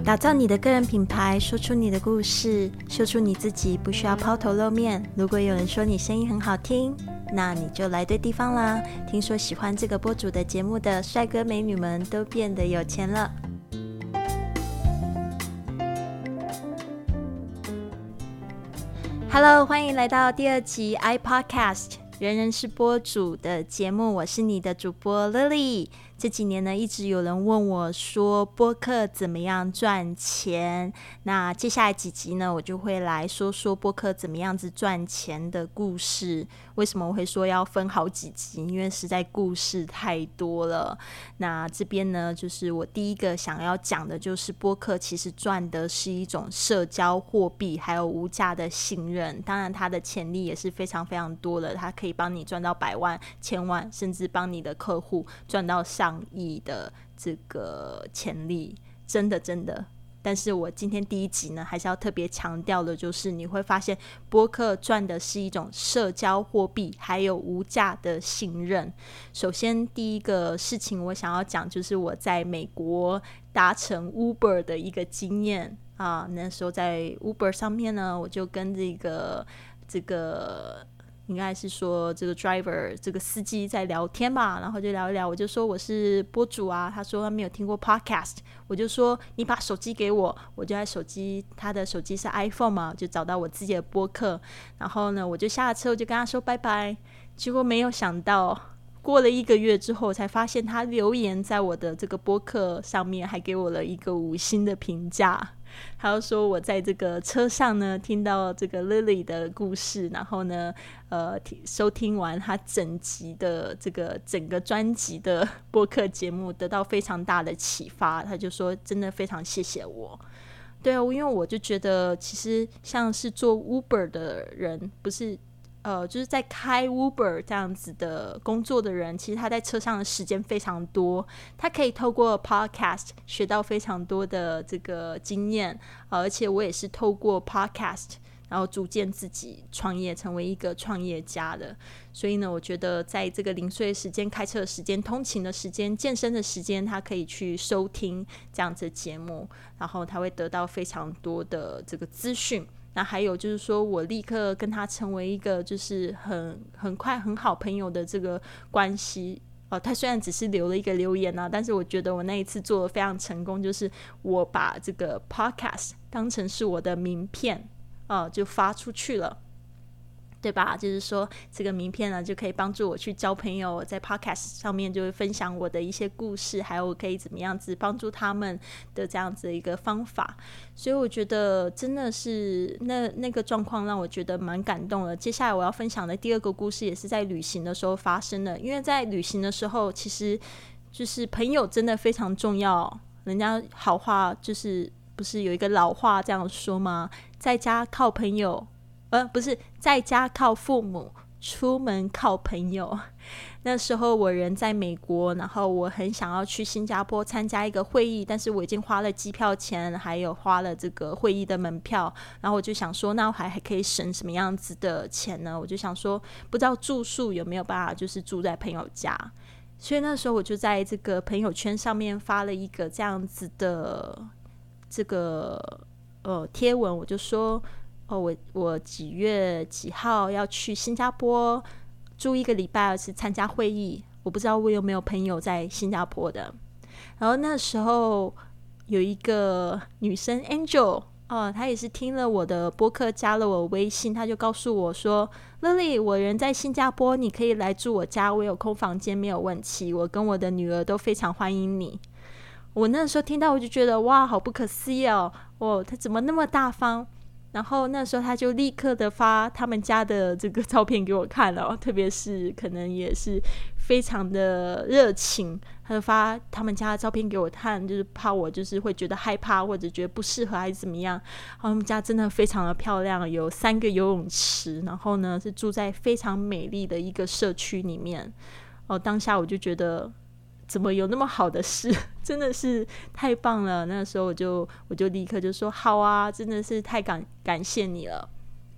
打造你的个人品牌，说出你的故事，秀出你自己，不需要抛头露面。如果有人说你声音很好听，那你就来对地方啦。听说喜欢这个播主的节目的帅哥美女们都变得有钱了。Hello， 欢迎来到第2集 iPodcast 人人是播主的节目，我是你的主播 Lily。这几年呢，一直有人问我说播客怎么样赚钱，那接下来几集呢，我就会来说说播客怎么样子赚钱的故事。为什么我会说要分好几集？因为实在故事太多了。那这边呢，就是我第一个想要讲的，就是播客其实赚的是一种社交货币，还有无价的信任。当然它的潜力也是非常非常多的，它可以帮你赚到100万、1000万，甚至帮你的客户赚到上亿的这个潜力，真的。但是我今天第一集呢，还是要特别强调的，就是你会发现播客赚的是一种社交货币，还有无价的信任。首先第一个事情我想要讲，就是我在美国搭乘 Uber 的一个经验啊。那时候在 Uber 上面呢，我就跟这个应该是说这个 driver 这个司机在聊天吧，然后就聊一聊，我就说我是播主啊，他说他没有听过 podcast， 我就说你把手机给我，我就在他的手机是 iPhone 嘛，就找到我自己的播客，然后呢我就下了车，我就跟他说拜拜，结果没有想到过了1个月之后，才发现他留言在我的这个播客上面，还给我了一个5星的评价。他就说我在这个车上呢听到这个 Lily 的故事，然后呢收听完他整个专辑的播客节目，得到非常大的启发。他就说真的非常谢谢我。对啊，因为我就觉得其实像是做 Uber 的人，不是就是在开 Uber 这样子的工作的人，其实他在车上的时间非常多，他可以透过 podcast 学到非常多的这个经验，而且我也是透过 podcast 然后逐渐自己创业，成为一个创业家的。所以呢，我觉得在这个零碎的时间、开车的时间、通勤的时间、健身的时间，他可以去收听这样子的节目，然后他会得到非常多的这个资讯。那还有就是说我立刻跟他成为一个就是很快很好朋友的这个关系。他虽然只是留了一个留言啊，但是我觉得我那一次做得非常成功，就是我把这个 podcast 当成是我的名片，就发出去了，对吧？就是说这个名片呢，就可以帮助我去交朋友，在 podcast 上面就会分享我的一些故事，还有我可以怎么样子帮助他们的这样子的一个方法。所以我觉得真的是那个状况让我觉得蛮感动的。接下来我要分享的第2个故事也是在旅行的时候发生的。因为在旅行的时候，其实就是朋友真的非常重要。人家好话就是不是有一个老话这样说吗？在家靠朋友，不是在家靠父母，出门靠朋友。那时候我人在美国，然后我很想要去新加坡参加一个会议，但是我已经花了机票钱，还有花了这个会议的门票，然后我就想说那我还可以省什么样子的钱呢？我就想说不知道住宿有没有办法就是住在朋友家，所以那时候我就在这个朋友圈上面发了一个这样子的这个贴文，我就说我几月几号要去新加坡住1个礼拜是参加会议，我不知道我有没有朋友在新加坡的。然后那时候有一个女生 Angel，她也是听了我的播客，加了我微信，她就告诉我说 Lily 我人在新加坡，你可以来住我家，我有空房间没有问题，我跟我的女儿都非常欢迎你。我那时候听到我就觉得哇好不可思议她怎么那么大方。然后那时候他就立刻的发他们家的这个照片给我看了，特别是可能也是非常的热情，他就发他们家的照片给我看，就是怕我就是会觉得害怕或者觉得不适合还是怎么样。然后他们家真的非常的漂亮，有3个游泳池，然后呢是住在非常美丽的一个社区里面。当下我就觉得怎么有那么好的事，真的是太棒了。那时候我就立刻就说好啊，真的是太感谢你了。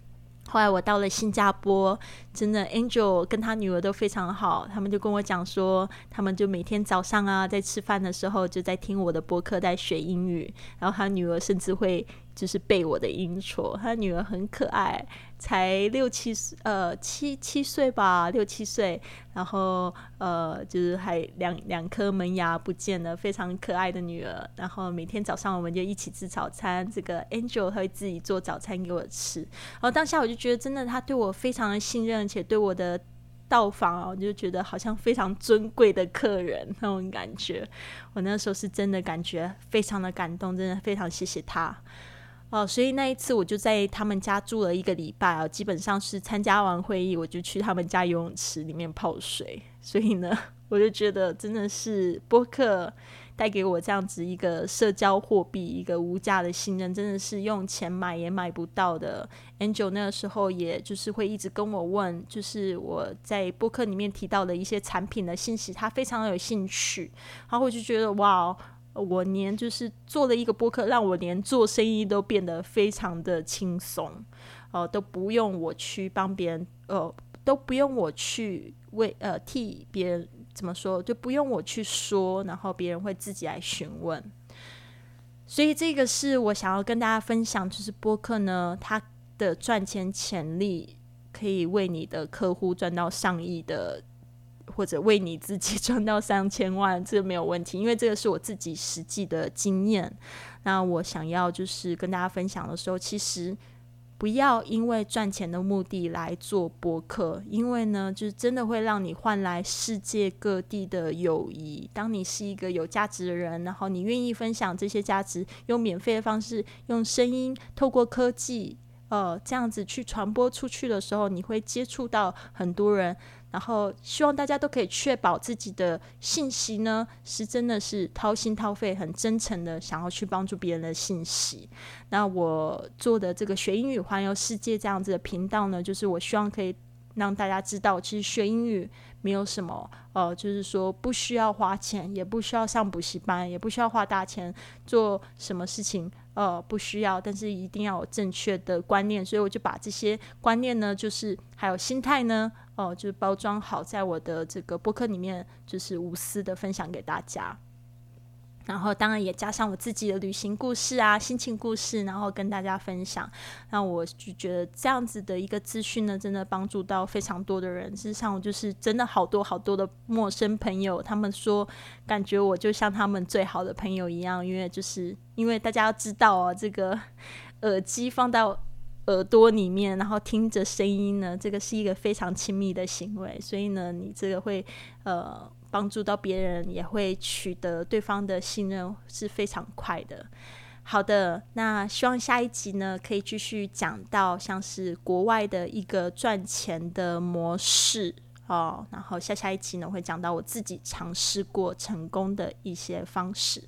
后来我到了新加坡，真的 Angel 跟他女儿都非常好，他们就跟我讲说，他们就每天早上啊，在吃饭的时候就在听我的播客，在学英语，然后他女儿甚至会就是背我的音错，他女儿很可爱，才七岁吧，6、7岁，然后就是还两颗门牙不见了，非常可爱的女儿。然后每天早上我们就一起吃早餐，这个 Angel 他会自己做早餐给我吃，然后当下我就觉得真的他对我非常的信任，而且对我的到访我就觉得好像非常尊贵的客人那种感觉。我那时候是真的感觉非常的感动，真的非常谢谢他。所以那一次我就在他们家住了1个礼拜基本上是参加完会议我就去他们家游泳池里面泡水。所以呢，我就觉得真的是播客带给我这样子一个社交货币，一个无价的信任，真的是用钱买也买不到的。Angel 那个时候也就是会一直跟我问，就是我在播客里面提到的一些产品的信息，他非常有兴趣，然后我就觉得哇，我连就是做了一个播客，让我连做生意都变得非常的轻松，都不用我去帮别人，都不用我去替别人怎么说，就不用我去说，然后别人会自己来询问。所以这个是我想要跟大家分享，就是播客呢，它的赚钱潜力可以为你的客户赚到上亿的，或者为你自己赚到3000万，这个没有问题，因为这个是我自己实际的经验。那我想要就是跟大家分享的时候，其实不要因为赚钱的目的来做播客，因为呢就是真的会让你换来世界各地的友谊。当你是一个有价值的人，然后你愿意分享这些价值，用免费的方式，用声音，透过科技这样子去传播出去的时候，你会接触到很多人，然后希望大家都可以确保自己的信息呢是真的是掏心掏肺很真诚的想要去帮助别人的信息。那我做的这个学英语环游世界这样子的频道呢，就是我希望可以让大家知道，其实学英语没有什么就是说不需要花钱，也不需要上补习班，也不需要花大钱做什么事情不需要，但是一定要有正确的观念。所以我就把这些观念呢，就是还有心态呢就是包装好在我的这个播客里面，就是无私的分享给大家。然后当然也加上我自己的旅行故事啊，心情故事，然后跟大家分享。那我就觉得这样子的一个资讯呢，真的帮助到非常多的人。事实上我就是真的好多好多的陌生朋友，他们说感觉我就像他们最好的朋友一样，因为大家要知道这个耳机放到耳朵里面，然后听着声音呢，这个是一个非常亲密的行为，所以呢你这个会帮助到别人，也会取得对方的信任，是非常快的。好的，那希望下一集呢可以继续讲到像是国外的一个赚钱的模式然后下一集呢会讲到我自己尝试过成功的一些方式。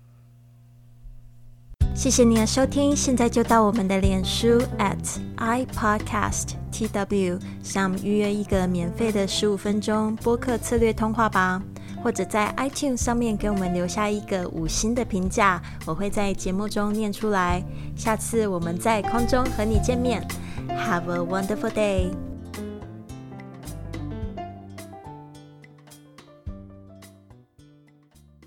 谢谢你的收听，现在就到我们的脸书 @iPodcastTW 想预约一个免费的15分钟播客策略通话吧，或者在 iTunes 上面给我们留下一个5星的评价，我会在节目中念出来。下次我们在空中和你见面。Have a wonderful day!